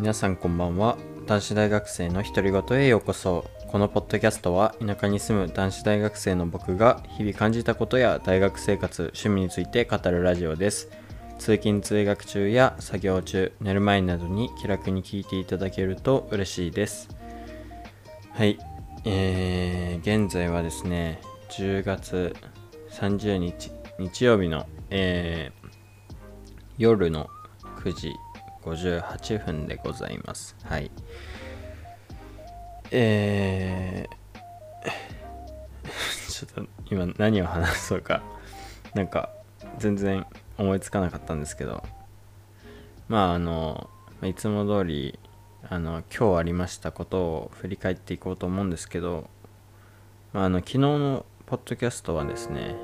皆さんこんばんは。男子大学生の独り言へようこそ。このポッドキャストは田舎に住む男子大学生の僕が日々感じたことや大学生活、趣味について語るラジオです。通勤通学中や作業中、寝る前などに気楽に聞いていただけると嬉しいです。はい、現在はですね10月30日日曜日の、夜の9時58分でございます。はい。ちょっと今何を話そうかなんか全然思いつかなかったんですけど、いつも通り今日ありましたことを振り返っていこうと思うんですけど、昨日のポッドキャストはですね、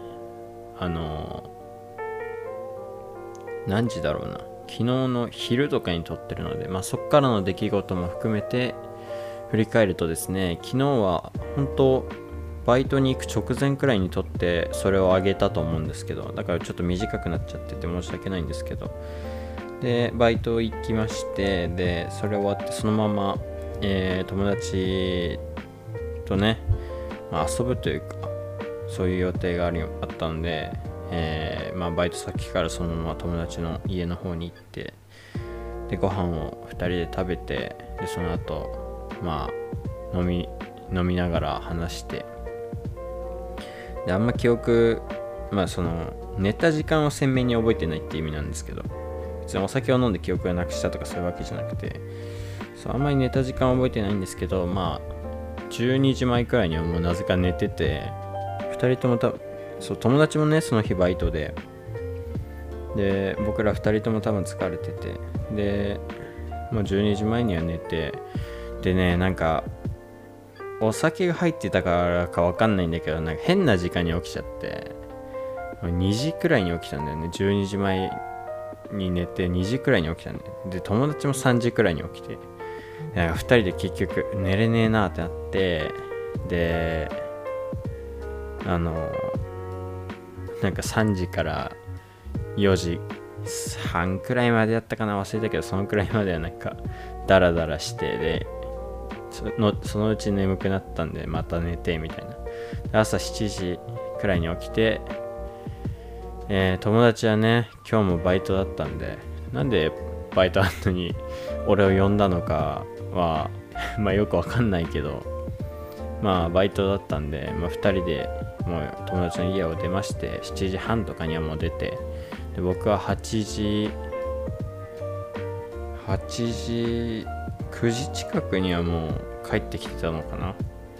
何時だろうな、昨日の昼とかに撮ってるので、そっからの出来事も含めて振り返るとですね、昨日は本当バイトに行く直前くらいに撮ってそれを上げたと思うんですけど、だからちょっと短くなっちゃってて申し訳ないんですけど、でバイト行きまして、でそれ終わってそのまま、友達とね、遊ぶというかそういう予定があったんで、バイト先からそのまま友達の家の方に行って、でご飯を2人で食べて、でその後飲みながら話して、であんま記憶その寝た時間を鮮明に覚えてないっていう意味なんですけど、別にお酒を飲んで記憶がなくしたとかそういうわけじゃなくて、あんまり寝た時間を覚えてないんですけど、12時前くらいにはもうなぜか寝てて、2人とも友達もねその日バイトで僕ら2人とも多分疲れてて、でもう12時前には寝て、でね、なんかお酒が入ってたからか分かんないんだけど、なんか変な時間に起きちゃって、2時くらいに起きたんだよね。12時前に寝て2時くらいに起きたんだよ。で友達も3時くらいに起きて、なんか2人で結局寝れねえなってなって、でなんか3時から4時半くらいまでやったかな、忘れたけど、そのくらいまではなんかダラダラして、でそのうち眠くなったんでまた寝てみたいな。で朝7時くらいに起きて、友達はね今日もバイトだったんで、なんでバイトあんのに俺を呼んだのかはよくわかんないけど、バイトだったんで、2人でもう友達の家を出まして、7時半とかにはもう出て、で僕は8時9時近くにはもう帰ってきてたのかな。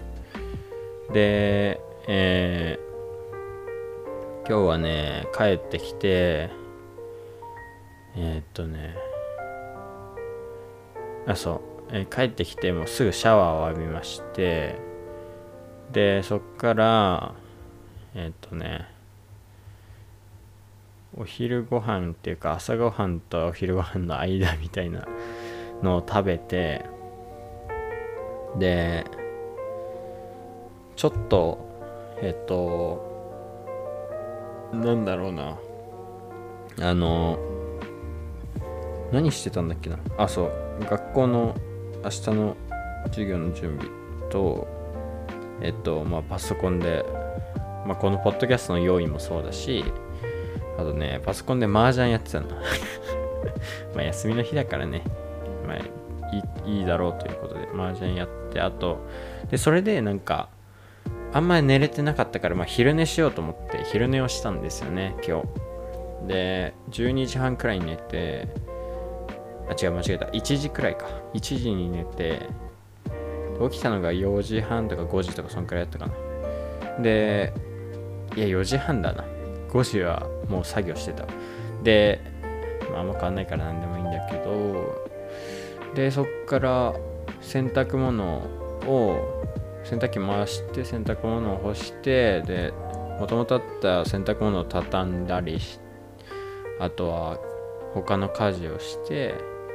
で、今日はね帰ってきて、帰ってきてもうすぐシャワーを浴びまして、でそっからお昼ご飯っていうか朝ご飯とお昼ご飯の間みたいなのを食べて、でちょっとなんだろうな、何してたんだっけな。学校の明日の授業の準備とパソコンで、このポッドキャストの用意もそうだし、あとねパソコンで麻雀やってたの休みの日だからね、いいだろうということで麻雀やって、あとでそれでなんかあんまり寝れてなかったから、昼寝しようと思って昼寝をしたんですよね今日で。12時半くらいに寝て、間違えた、1時くらいか、1時に寝て、起きたのが4時半とか5時とかそんくらいだったかな。でいや4時半だな、5時はもう作業してた。であんま変わんないから何でもいいんだけど、でそっから洗濯物を洗濯機回して洗濯物を干して、でもともとあった洗濯物を畳んだりし、あとは他の家事をして、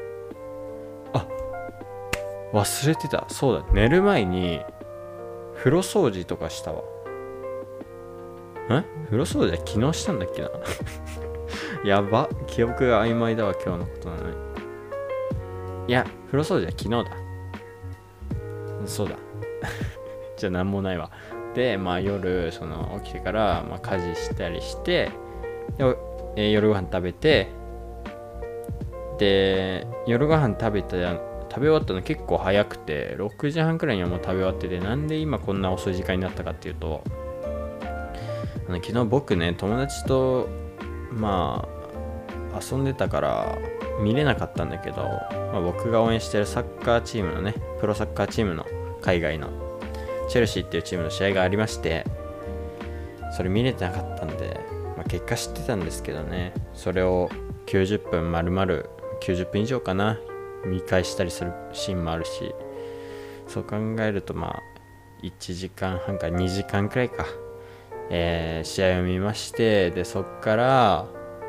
忘れてた、そうだ、寝る前に風呂掃除とかしたわ。風呂掃除は昨日したんだっけなやば、記憶が曖昧だわ今日のことなのに。 いや、風呂掃除は昨日だ。そうだ。じゃあなんもないわ。で、まあ夜、起きてから、まあ、家事したりして、で、夜ご飯食べて、で、夜ご飯食べ終わったの結構早くて、6時半くらいにはもう食べ終わってて、なんで今こんな遅い時間になったかっていうと、昨日僕ね、友達と、まあ、遊んでたから見れなかったんだけど、まあ、僕が応援してるサッカーチームのね、プロサッカーチームの海外のチェルシーっていうチームの試合がありまして、それ見れてなかったんで、まあ、結果知ってたんですけどね、それを90分丸々90分以上かな見返したりするシーンもあるし、そう考えるとまあ1時間半から2時間くらいか、試合を見まして、でそっから、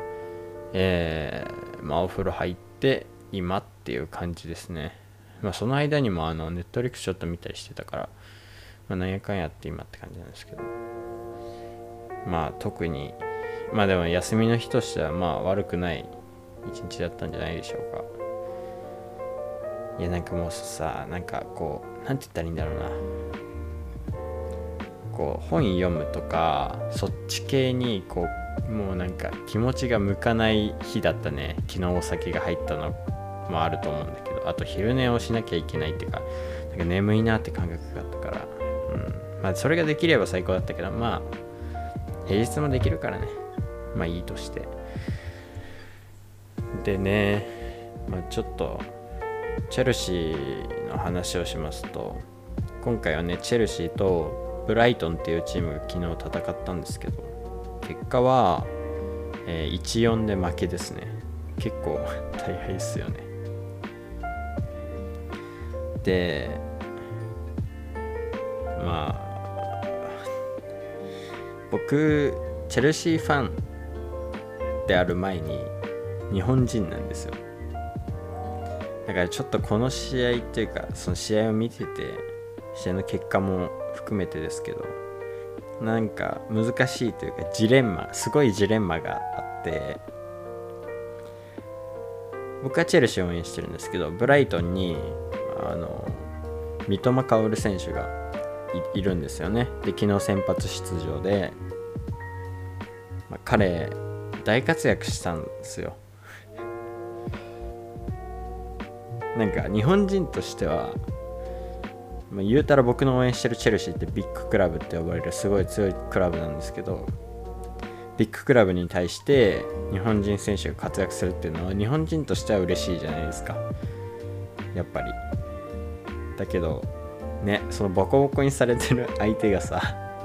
まあ、お風呂入って今っていう感じですね。まあ、その間にもネットリックスちょっと見たりしてたから、まあ、なんやかんやって今って感じなんですけど、まあ特にまあでも休みの日としてはまあ悪くない一日だったんじゃないでしょうか。いやなんかもうさ、なんかこうなんて言ったらいいんだろうな、こう本読むとかそっち系にこうもうなんか気持ちが向かない日だったね。昨日お酒が入ったのもあると思うんだけど、あと昼寝をしなきゃいけないっていうか、なんか眠いなって感覚があったから、まあそれができれば最高だったけど、まあ平日もできるからね、まあいいとして。でね、まあちょっとチェルシーの話をしますと、今回はねチェルシーとブライトンっていうチームが昨日戦ったんですけど、結果は、1-4 で負けですね。結構大敗ですよね。でまあ僕チェルシーファンである前に日本人なんですよ。だからちょっとこの試合っていうか、その試合を見てて、試合の結果も含めてですけど、なんか難しいというかすごいジレンマがあって、僕はチェルシーを応援してるんですけど、ブライトンに三笘薫選手が いるんですよね。で昨日先発出場で、まあ、彼大活躍したんですよ。なんか日本人としては、まあ、言うたら僕の応援してるチェルシーってビッグクラブって呼ばれるすごい強いクラブなんですけど、ビッグクラブに対して日本人選手が活躍するっていうのは日本人としては嬉しいじゃないですか、やっぱり。だけどね、そのボコボコにされてる相手がさ、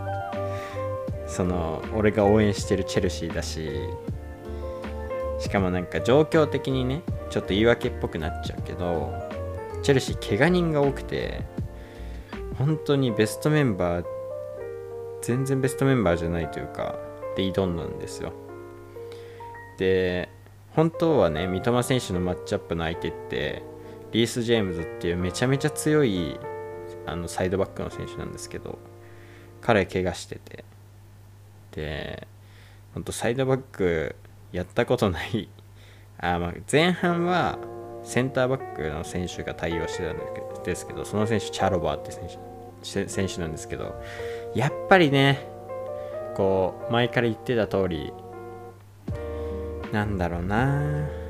俺が応援してるチェルシーだし、しかもなんか状況的にねちょっと言い訳っぽくなっちゃうけど、チェルシー怪我人が多くて、本当にベストメンバー全然ベストメンバーじゃないというかで挑んだんですよ。で本当はね、三笘選手のマッチアップの相手ってリース・ジェームズっていうめちゃめちゃ強いサイドバックの選手なんですけど、彼怪我してて、で本当サイドバックやったことないまあ前半はセンターバックの選手が対応してたんですけど、その選手チャロバーって選手なんですけど、やっぱりねこう前から言ってた通り、なんだろうな、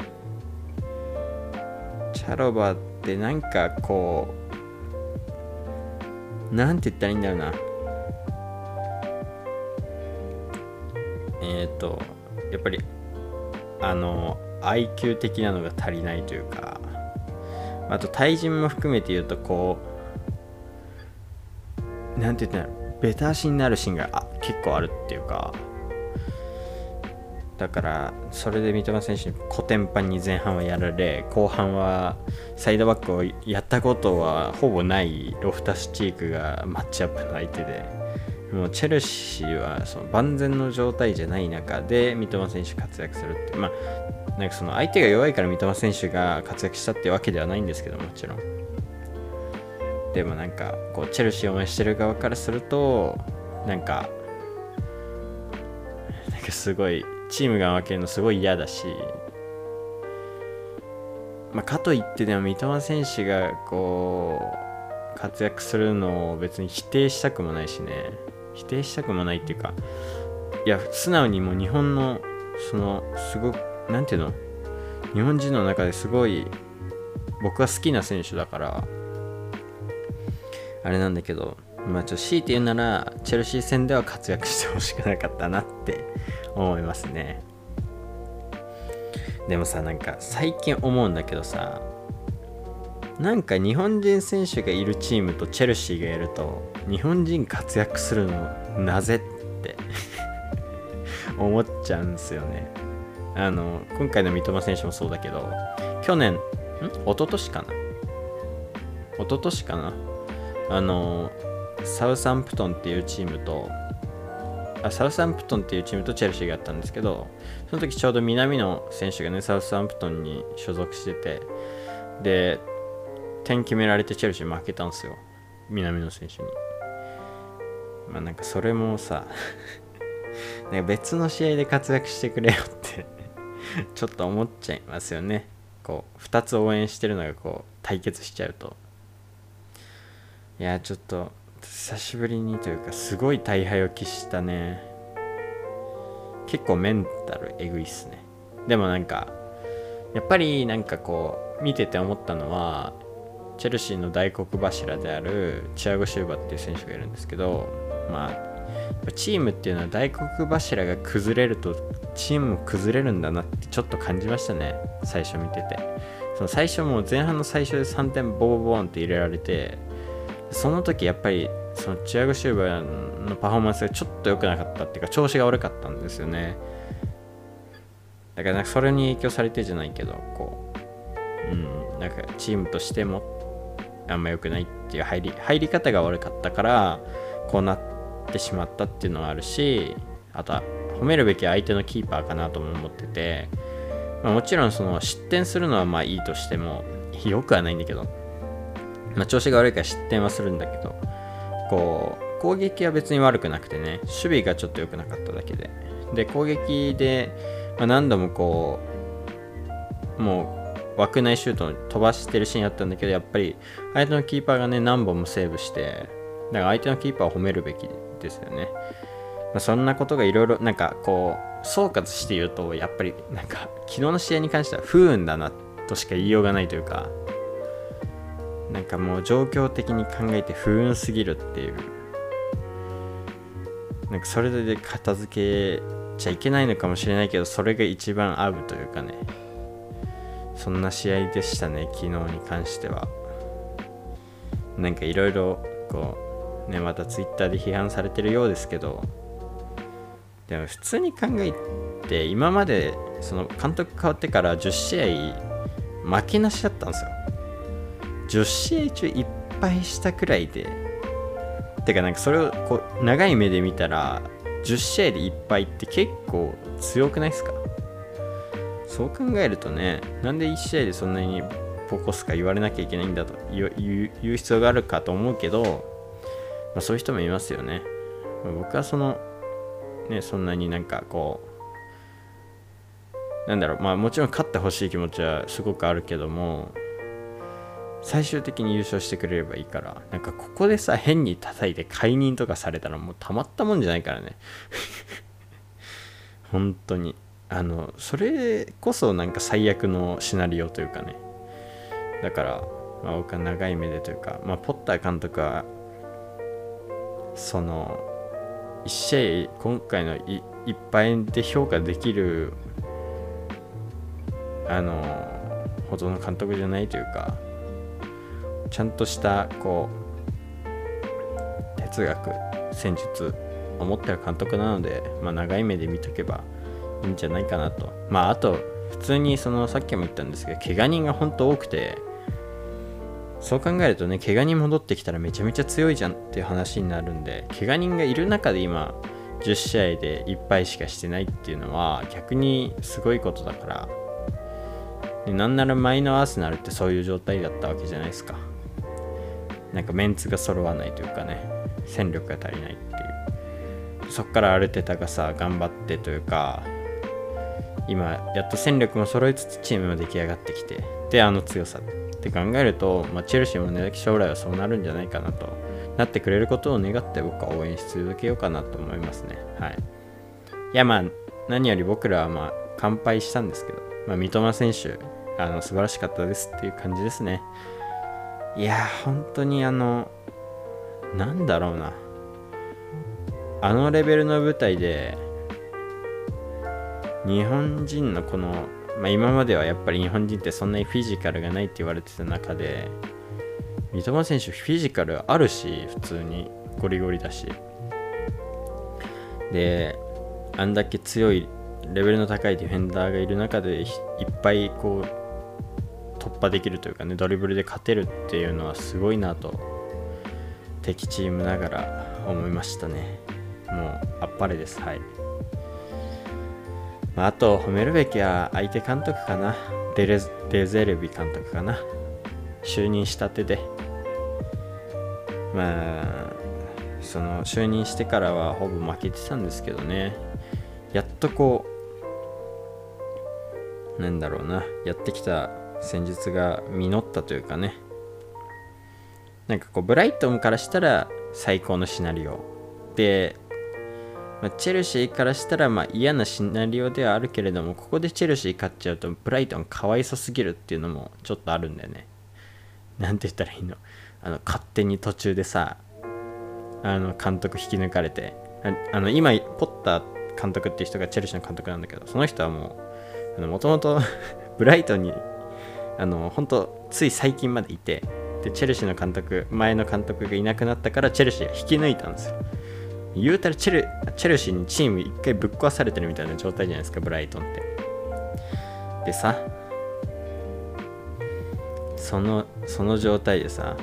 チャロバーってなんかこうなんて言ったらいいんだろうな、やっぱりIQ 的なのが足りないというか、あと対人も含めて言うとこうなんて言ったらベタ足になるシーンが結構あるっていうか、だからそれで三笘選手にコテンパンに前半はやられ、後半はサイドバックをやったことはほぼないロフタスチークがマッチアップの相手で、もうチェルシーはその万全の状態じゃない中で三笘選手活躍するって、まあなんかその相手が弱いから三笘選手が活躍したってわけではないんですけど、もちろんでもなんかこうチェルシーを応援してる側からするとなんかすごいチームが負けるのすごい嫌だし、 かといってでも三笘選手がこう活躍するのを別に否定したくもないしね。否定したくもないっていうか、いや素直にもう日本のそのすごくなんていうの、日本人の中ですごい僕は好きな選手だからあれなんだけど、ちょっと強いて言うならチェルシー戦では活躍してほしくなかったなって思いますね。でもさ、なんか最近思うんだけどさ、なんか日本人選手がいるチームとチェルシーがいると日本人活躍するのなぜって思っちゃうんですよね。今回の三笘選手もそうだけど、去年一昨年かなサウサンプトンっていうチームとチェルシーがやったんですけど、その時ちょうど南野選手がねサウサンプトンに所属してて、で点決められてチェルシー負けたんですよ、南野選手に。なんかそれもさなんか別の試合で活躍してくれよってちょっと思っちゃいますよね。こう2つ応援してるのがこう対決しちゃうと、いやちょっと久しぶりにというかすごい大敗を喫したね。結構メンタルえぐいっすね。でもなんかやっぱりなんかこう見てて思ったのは、チェルシーの大黒柱であるチアゴ・シューバっていう選手がいるんですけど、チームっていうのは大黒柱が崩れるとチームも崩れるんだなってちょっと感じましたね、最初見てて。その最初もう前半の最初で3点ボボボーンって入れられて、その時やっぱりそのチアゴ・シューバーのパフォーマンスがちょっと良くなかったっていうか調子が悪かったんですよね。だからなんかそれに影響されてじゃないけど、こうなんかチームとしてもあんま良くないっていう入り方が悪かったからこうなってしまったっていうのはあるし、あとは褒めるべき相手のキーパーかなとも思ってて、もちろんその失点するのはいいとしてもよくはないんだけど、調子が悪いから失点はするんだけど、こう攻撃は別に悪くなくてね、守備がちょっと良くなかっただけで攻撃で、何度もこうもう枠内シュートを飛ばしてるシーンあったんだけど、やっぱり相手のキーパーがね何本もセーブして、だから相手のキーパーを褒めるべきですよね。そんなことがいろいろなんかこう総括して言うと、やっぱりなんか昨日の試合に関しては不運だなとしか言いようがないというか、なんかもう状況的に考えて不運すぎるっていう、なんかそれで片付けちゃいけないのかもしれないけど、それが一番合うというかね、そんな試合でしたね、昨日に関しては。なんかいろいろこうね、またツイッターで批判されてるようですけど、でも普通に考えて今までその監督変わってから10試合負けなしだったんですよ。10試合中1敗したくらいで、てかなんかそれをこう長い目で見たら10試合で1敗って結構強くないですか？そう考えるとね、なんで1試合でそんなにボコスか言われなきゃいけないんだと言う必要があるかと思うけど、そういう人もいますよね。僕はそのね、そんなになんかこうなんだろう、もちろん勝ってほしい気持ちはすごくあるけども、最終的に優勝してくれればいいから、なんかここでさ変に叩いて解任とかされたらもうたまったもんじゃないからね本当にそれこそなんか最悪のシナリオというかね。だから、僕は長い目でというか、ポッター監督はその1試合今回のいっぱいで評価できるほどの監督じゃないというか、ちゃんとしたこう哲学戦術を持ってる監督なので、長い目で見とけばいいんじゃないかなと。あと普通にそのさっきも言ったんですけど、怪我人が本当多くて、そう考えるとね、怪我人戻ってきたらめちゃめちゃ強いじゃんっていう話になるんで、怪我人がいる中で今10試合で1敗しかしてないっていうのは逆にすごいことだから。でなんなら前のアーセナルってそういう状態だったわけじゃないですか。なんかメンツが揃わないというかね、戦力が足りないっていう。そっからアルテタがさ頑張ってというか、今やっと戦力も揃いつつチームも出来上がってきて、 で強さって考えると、チェルシーもね将来はそうなるんじゃないかなと、なってくれることを願って僕は応援し続けようかなと思いますね。はい。いや何より僕らは完敗したんですけど、三笘選手素晴らしかったですっていう感じですね。いや本当になんだろうな、レベルの舞台で日本人のこの、今まではやっぱり日本人ってそんなにフィジカルがないって言われてた中で、三笘選手フィジカルあるし、普通にゴリゴリだし、であんだけ強いレベルの高いディフェンダーがいる中でいっぱいこう突破できるというかね、ドリブルで勝てるっていうのはすごいなと敵チームながら思いましたね。もうあっぱれです。はい。あと褒めるべきは相手監督かな。デゼルビ監督かな。就任したてでその就任してからはほぼ負けてたんですけどね、やっとこうなんだろうな、やってきた戦術が実ったというかね、なんかこうブライトンからしたら最高のシナリオで、チェルシーからしたら嫌なシナリオではあるけれども、ここでチェルシー勝っちゃうとブライトンかわいそすぎるっていうのもちょっとあるんだよね。なんて言ったらいいの、勝手に途中でさ監督引き抜かれて、今ポッター監督っていう人がチェルシーの監督なんだけど、その人はもともとブライトンに本当つい最近までいて、でチェルシーの監督、前の監督がいなくなったからチェルシーが引き抜いたんですよ。言うたらチェルシーにチーム一回ぶっ壊されてるみたいな状態じゃないですか、ブライトンって。でさ、その状態でさ、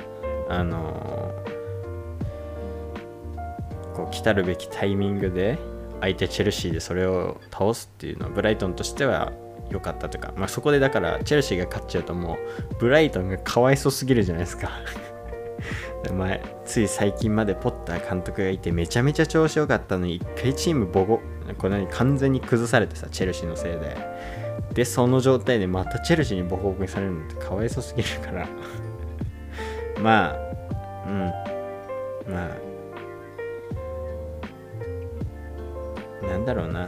こう来たるべきタイミングで相手チェルシーでそれを倒すっていうのはブライトンとしては良かったというか、そこでだからチェルシーが勝っちゃうともうブライトンがかわいそすぎるじゃないですかつい最近までポッター監督がいてめちゃめちゃ調子良かったのに、一回チーム完全に崩されてさ、チェルシーのせいでその状態でまたチェルシーにボコボコにされるのってかわいそすぎるからなんだろうな、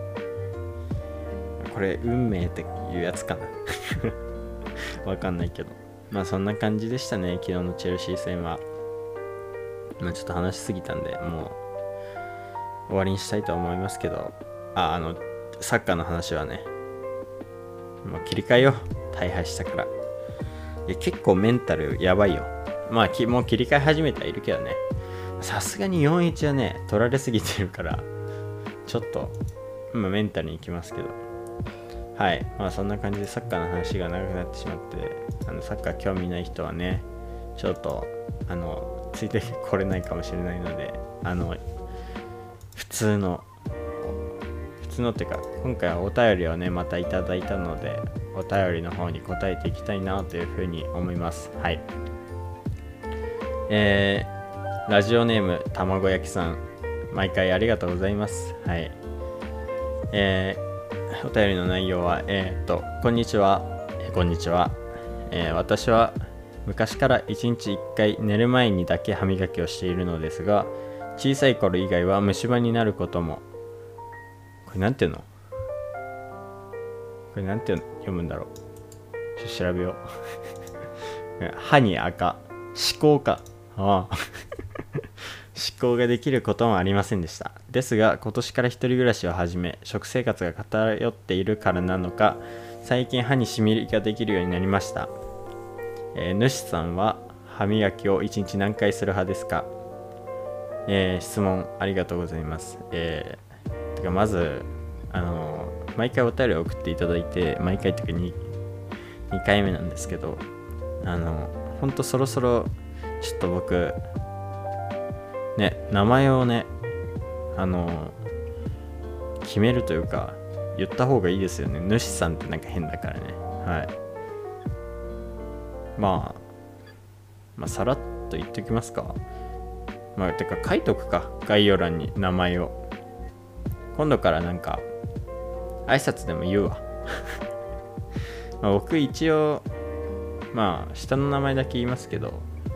これ運命っていうやつかなわかんないけど、そんな感じでしたね、昨日のチェルシー戦は。ちょっと話しすぎたんでもう終わりにしたいと思いますけど、サッカーの話はね切り替えよう、大敗したから。結構メンタルやばいよ。もう切り替え始めてはいるけどね、さすがに 4-1 はね取られすぎてるからちょっとメンタルにいきますけど、はい。そんな感じでサッカーの話が長くなってしまって、サッカー興味ない人はねちょっとついてこれないかもしれないので、普通のっていうか、今回はお便りをねまたいただいたので、お便りの方に答えていきたいなというふうに思います。はい。ラジオネーム卵焼きさん、毎回ありがとうございます。はい。お便りの内容はこんにちは、私は昔から1日1回寝る前にだけ歯磨きをしているのですが、小さい頃以外は虫歯になることも。これなんていうの、読むんだろう、調べよう歯に赤、歯垢か歯垢ができることもありませんでした。ですが今年から一人暮らしを始め、食生活が偏っているからなのか、最近歯にしみりができるようになりました。主さんは歯磨きを1日何回する派ですか？質問ありがとうございます。てかまず毎回お便りを送っていただいて、毎回というか 2回目なんですけど、ほんとそろそろちょっと僕ね、名前をね決めるというか言った方がいいですよね。主さんってなんか変だからね。はい。さらっと言っておきますか。てか書いとくか、概要欄に名前を。今度からなんか挨拶でも言うわ僕一応まあ下の名前だけ言いますけど、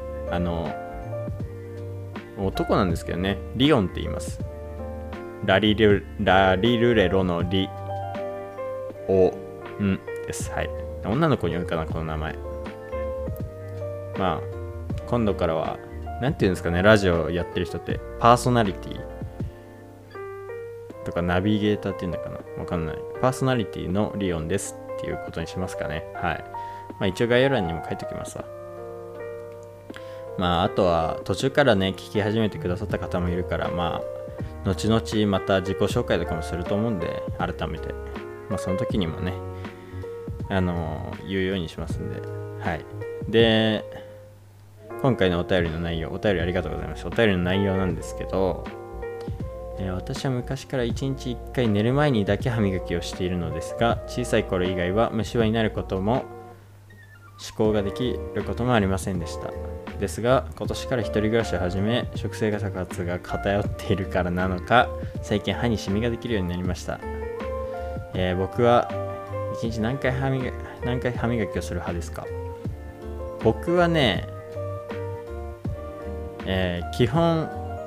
男なんですけどね、リオンって言います。ラリルレロのリオンです。はい。女の子に言うかな、この名前。まあ今度からはなんていうんですかね、ラジオやってる人ってパーソナリティとかナビゲーターっていうんだかな、わかんない。パーソナリティのリオンですっていうことにしますかね。はい。まあ一応概要欄にも書いておきますわ。まああとは途中からね聞き始めてくださった方もいるから、まあ後々また自己紹介とかもすると思うんで、改めてまあその時にもね言うようにしますんで。はい。で今回のお便りの内容、お便りありがとうございました。お便りの内容なんですけど、私は昔から1日1回寝る前にだけ歯磨きをしているのですが、小さい頃以外は虫歯になることも思考ができることもありませんでした。ですが今年から一人暮らしを始め、食生活が偏っているからなのか、最近歯にシミができるようになりました。僕は1日何回歯磨きをする派ですか？僕はね、基本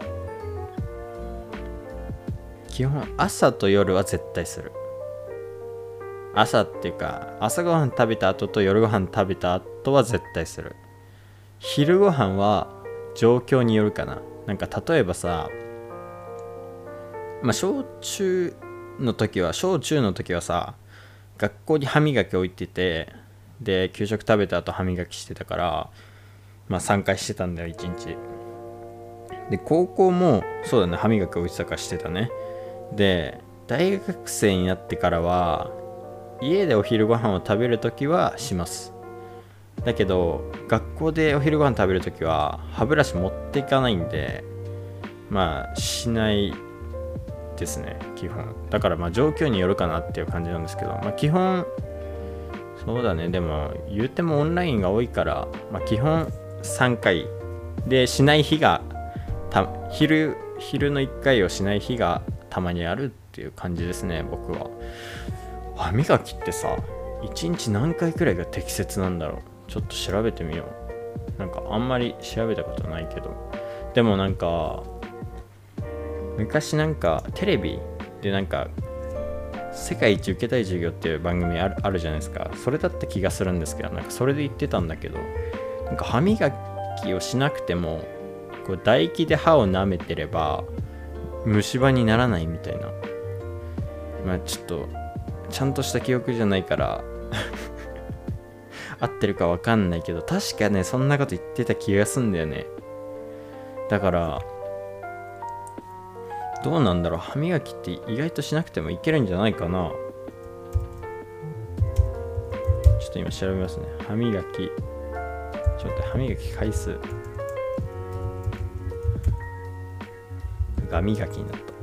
朝と夜は絶対する。朝っていうか朝ごはん食べた後と夜ごはん食べた後は絶対する。昼ごはんは状況によるかな。なんか例えばさ、まあ小中の時はさ、学校に歯磨き置いてて、で給食食べた後歯磨きしてたから、まあ3回してたんだよ1日で。高校もそうだね、歯磨き置いてたからしてたね。で大学生になってからは家でお昼ご飯を食べるときはします。だけど学校でお昼ご飯食べるときは歯ブラシ持っていかないんで、まあしないですね、基本。だからまあ状況によるかなっていう感じなんですけど、まあ基本そうだね。でも言うてもオンラインが多いから、まあ基本3回でしない日が昼の1回をしない日がたまにあるっていう感じですね、僕は。歯磨きってさ、1日何回くらいが適切なんだろう。ちょっと調べてみよう。なんかあんまり調べたことないけど、でもなんか昔なんかテレビでなんか世界一受けたい授業っていう番組あるじゃないですか。それだった気がするんですけど、なんかそれで言ってたんだけど、なんか歯磨きをしなくてもこう唾液で歯を舐めてれば虫歯にならないみたいな。まあちょっとちゃんとした記憶じゃないから合ってるか分かんないけど、確かねそんなこと言ってた気がすんだよね。だからどうなんだろう、歯磨きって意外としなくてもいけるんじゃないかな。ちょっと今調べますね。歯磨き、ちょっと待って、歯磨き回数、ガ磨きになった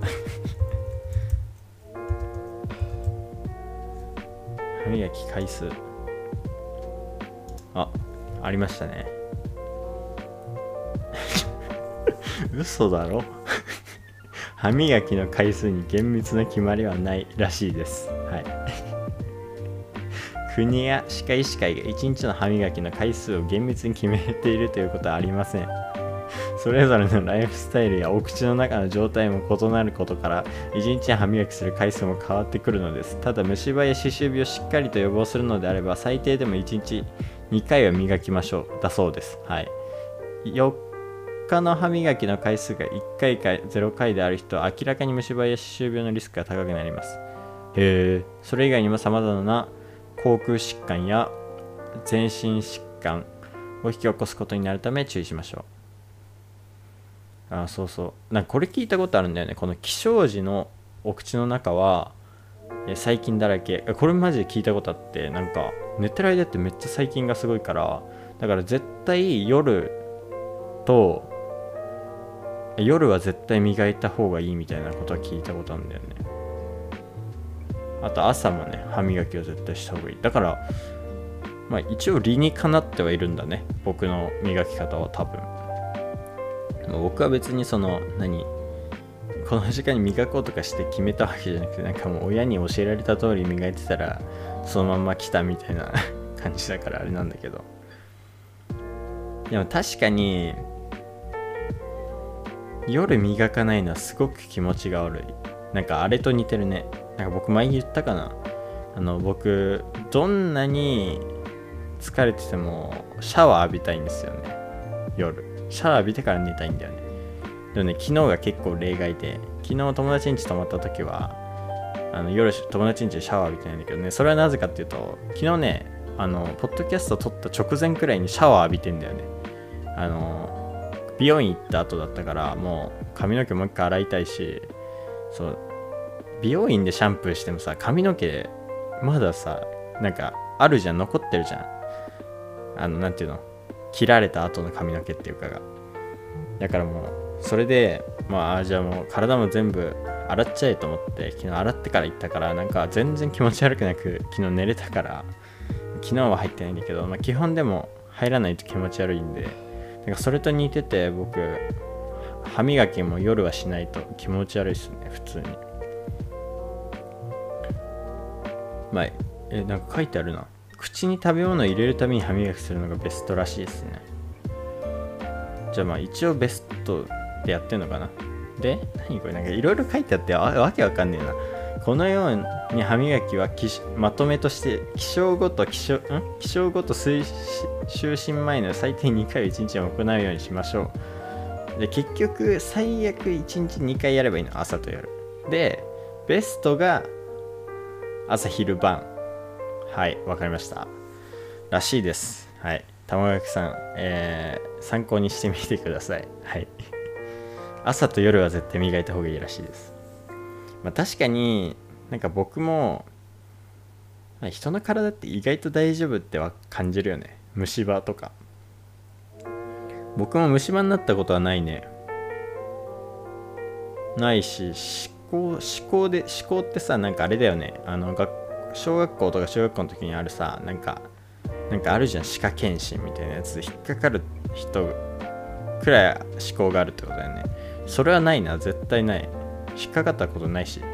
歯磨き回数、ありましたね嘘だろ歯磨きの回数に厳密な決まりはないらしいです。はい国や歯科医師会が1日の歯磨きの回数を厳密に決めているということはありません。それぞれのライフスタイルやお口の中の状態も異なることから、1日に歯磨きする回数も変わってくるのです。ただ虫歯や歯周病をしっかりと予防するのであれば、最低でも1日2回は磨きましょうだそうです。はい。4日の歯磨きの回数が1回か0回である人は明らかに虫歯や歯周病のリスクが高くなります。それ以外にも様々な口腔疾患や全身疾患を引き起こすことになるため注意しましょう。そうそう。なんかこれ聞いたことあるんだよね。この起床時のお口の中は細菌だらけ。これマジで聞いたことあって、なんか寝てる間ってめっちゃ細菌がすごいから、だから絶対夜は絶対磨いた方がいいみたいなことは聞いたことあるんだよね。あと朝もね、歯磨きを絶対した方がいい。だからまあ一応理にかなってはいるんだね、僕の磨き方は多分。僕は別にこの時間に磨こうとかして決めたわけじゃなくて、なんかもう親に教えられた通り磨いてたらそのまんま来たみたいな感じだからあれなんだけど、 でも確かに夜磨かないのはすごく気持ちが悪い。なんかあれと似てるね。なんか僕前に言ったかな。僕どんなに疲れててもシャワー浴びたいんですよね。夜シャワー浴びてから寝たいんだよね。でもね、昨日が結構例外で、昨日友達ん家泊まった時は夜友達ん家でシャワー浴びてないんだけどね。それはなぜかっていうと、昨日ねポッドキャスト撮った直前くらいにシャワー浴びてんだよね。美容院行った後だったから、もう髪の毛もう一回洗いたいし、そう美容院でシャンプーしてもさ、髪の毛まださ、なんかあるじゃん、残ってるじゃん。なんていうの、切られた後の髪の毛っていうかが。だからもうそれでじゃあもう体も全部洗っちゃえと思って昨日洗ってから行ったから、なんか全然気持ち悪くなく昨日寝れたから、昨日は入ってないんだけど、基本でも入らないと気持ち悪いんで、なんかそれと似てて、僕歯磨きも夜はしないと気持ち悪いですね、普通に。なんか書いてあるな。口に食べ物を入れるために歯磨きするのがベストらしいですね。じゃあ一応ベストでやってんのかな。で、何これ、なんかいろいろ書いてあってわけわかんねえな。このように歯磨きはまとめとして起床後と就寝前の最低2回を1日に行うようにしましょう。で、結局最悪1日2回やればいいの、朝と夜で。ベストが朝昼晩。はい、わかりましたらしいです。はい、卵焼きさん、参考にしてみてください。はい。朝と夜は絶対磨いた方がいいらしいです。確かになんか僕も人の体って意外と大丈夫っては感じるよね。虫歯とか。僕も虫歯になったことはないね。ないし、思考ってさ、なんかあれだよね。小学校とか中学校の時にあるさ、なんかあるじゃん、歯科検診みたいなやつで引っかかる人くらい思考があるってことだよね。それはないな、絶対ない。引っかかったことないし。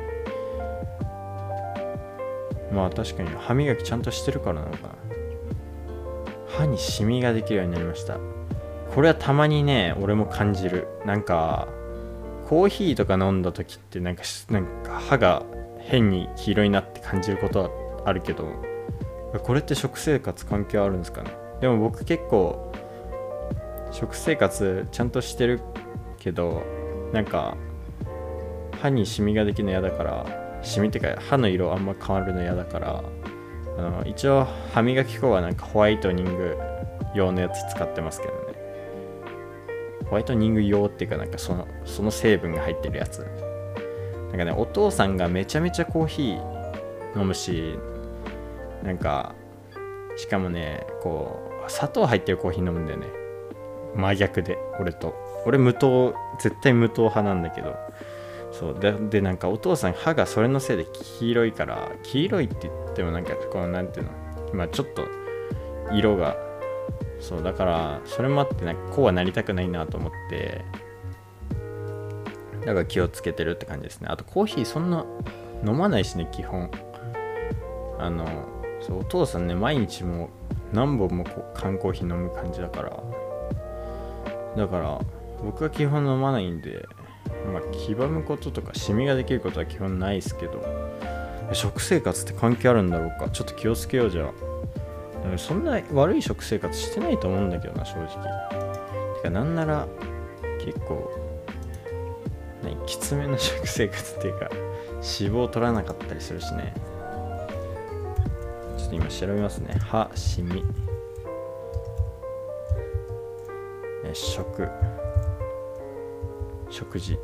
確かに歯磨きちゃんとしてるからなのかな。歯にシミができるようになりました。これはたまにね、俺も感じる。なんかコーヒーとか飲んだ時ってなんか歯が変に黄色になって感じることはあるけど、これって食生活関係あるんですかね。でも僕結構食生活ちゃんとしてるけど、なんか歯にシミができるの嫌だから、シミってか歯の色あんま変わるの嫌だから、一応歯磨き粉はなんかホワイトニング用のやつ使ってますけどね。ホワイトニング用っていうか、なんかその成分が入ってるやつ。なんかね、お父さんがめちゃめちゃコーヒー飲むし、なんかしかもね、こう砂糖入ってるコーヒー飲むんだよね。真逆で、俺無糖、絶対無糖派なんだけど、そうでなんかお父さん歯がそれのせいで黄色いから、黄色いって言ってもなんかこのなんていうの、ちょっと色が、そうだからそれもあってなんかこうはなりたくないなと思って、だから気をつけてるって感じですね。あとコーヒーそんな飲まないしね、基本。そうお父さんね、毎日も何本も缶コーヒー飲む感じだから、僕は基本飲まないんで、黄ばむこととかシミができることは基本ないですけど、食生活って関係あるんだろうか。ちょっと気をつけよう。じゃあそんな悪い食生活してないと思うんだけどな、正直。てかなんなら結構きつめの食生活っていうか、脂肪取らなかったりするしね。ちょっと今調べますね。歯、シミ、食事。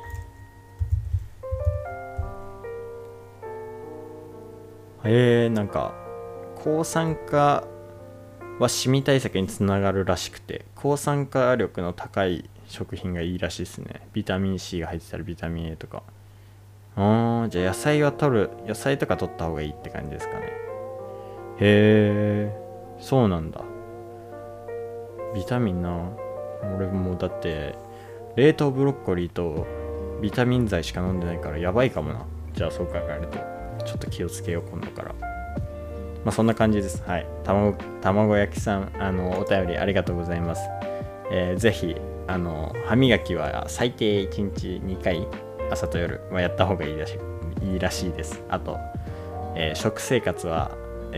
なんか抗酸化はシミ対策につながるらしくて、抗酸化力の高い食品がいいらしいですね。ビタミン C が入ってたらビタミン A とか。じゃあ野菜とか取った方がいいって感じですかね。へえ、そうなんだ。ビタミンな。俺もだって冷凍ブロッコリーとビタミン剤しか飲んでないからやばいかもな。じゃあそう考えるとちょっと気をつけよう、今度から。そんな感じです。はい。卵焼きさん、お便りありがとうございます。 ぜひ歯磨きは最低1日2回朝と夜はやった方がいいらしいです。あと、食生活は、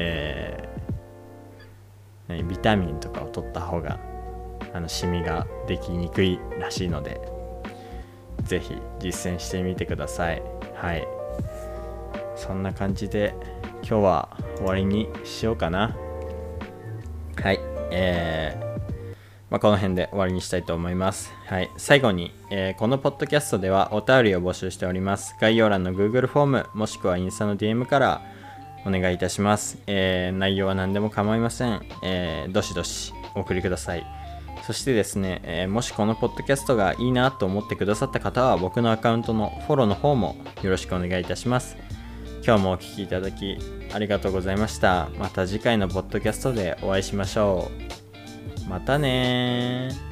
ビタミンとかを取った方がシミができにくいらしいので、ぜひ実践してみてください。はい、そんな感じで今日は終わりにしようかな。はい、この辺で終わりにしたいと思います。はい、最後に、このポッドキャストではお便りを募集しております。概要欄の Google フォームもしくはインスタの DM からお願いいたします。内容は何でも構いません。どしどしお送りください。そしてですね、もしこのポッドキャストがいいなと思ってくださった方は僕のアカウントのフォローの方もよろしくお願いいたします。今日もお聞きいただきありがとうございました。また次回のポッドキャストでお会いしましょう。またねー。